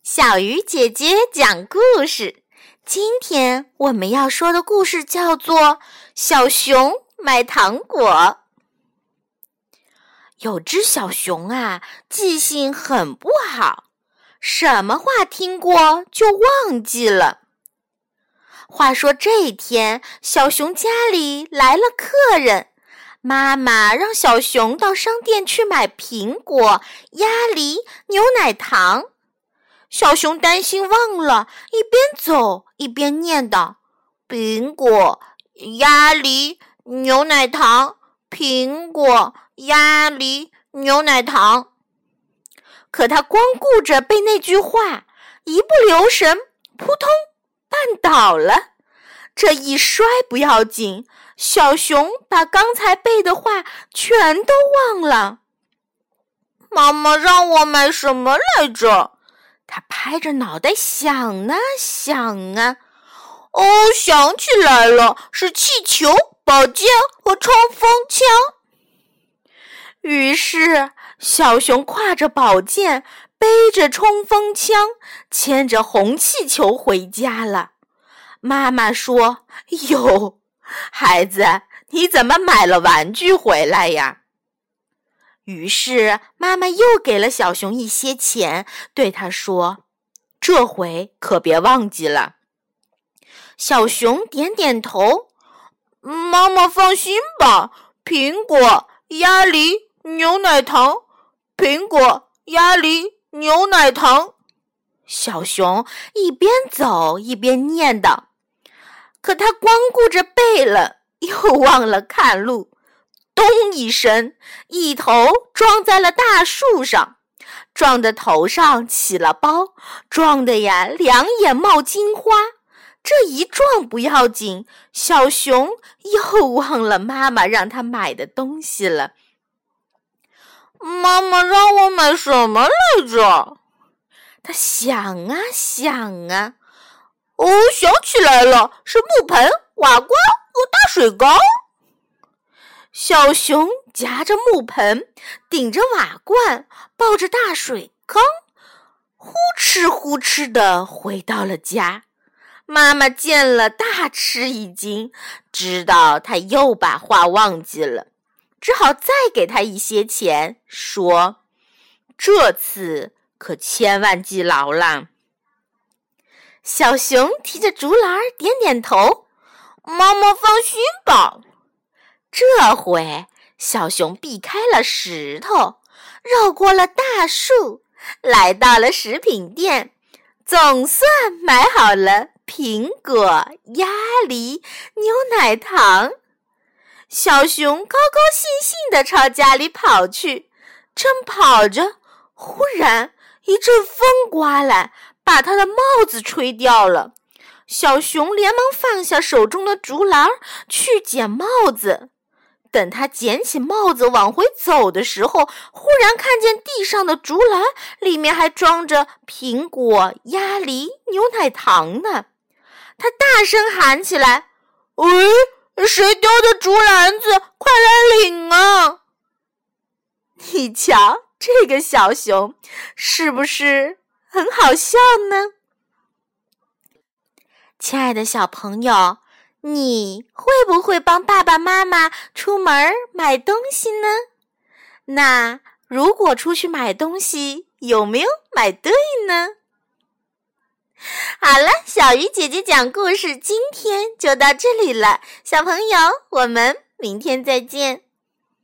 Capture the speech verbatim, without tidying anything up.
小鱼姐姐讲故事。今天我们要说的故事叫做《小熊买糖果》。有只小熊啊，记性很不好，什么话听过就忘记了。话说这一天，小熊家里来了客人，妈妈让小熊到商店去买苹果、鸭梨、牛奶糖。小熊担心忘了，一边走一边念叨：苹果、鸭梨、牛奶糖，苹果、鸭梨、牛奶糖。可他光顾着背那句话，一不留神，扑通，绊倒了。这一摔不要紧，小熊把刚才背的话全都忘了。妈妈让我买什么来着？他拍着脑袋想啊想啊，哦，想起来了，是气球、宝剑和冲锋枪。于是小熊挎着宝剑，背着冲锋枪，牵着红气球回家了。妈妈说：哟，孩子，你怎么买了玩具回来呀？于是妈妈又给了小熊一些钱，对他说：这回可别忘记了。小熊点点头，妈妈放心吧，苹果、鸭梨、牛奶糖，苹果、鸭梨、牛奶糖。小熊一边走一边念叨，可他光顾着背了，又忘了看路。咚一声，一头撞在了大树上，撞得头上起了包，撞得呀两眼冒金花。这一撞不要紧，小熊又忘了妈妈让他买的东西了。妈妈让我买什么来着？他想啊想啊，哦，想起来了，是木盆、瓦罐和大水缸。小熊夹着木盆，顶着瓦罐，抱着大水缸，呼哧呼哧地回到了家。妈妈见了大吃一惊，知道他又把话忘记了，只好再给他一些钱，说：这次可千万记牢了。小熊提着竹篮点点头，妈妈放心吧。这回小熊避开了石头，绕过了大树，来到了食品店，总算买好了苹果、鸭梨、牛奶糖。小熊高高兴兴地朝家里跑去，正跑着，忽然一阵风刮来，把他的帽子吹掉了。小熊连忙放下手中的竹篮去捡帽子。等他捡起帽子往回走的时候，忽然看见地上的竹篮里面还装着苹果、鸭梨、牛奶糖呢。他大声喊起来：喂，谁丢的竹篮子？快来领啊！你瞧，这个小熊是不是很好笑呢？亲爱的小朋友，你会不会帮爸爸妈妈出门买东西呢？那如果出去买东西，有没有买对呢？好了，小鱼姐姐讲故事今天就到这里了，小朋友，我们明天再见。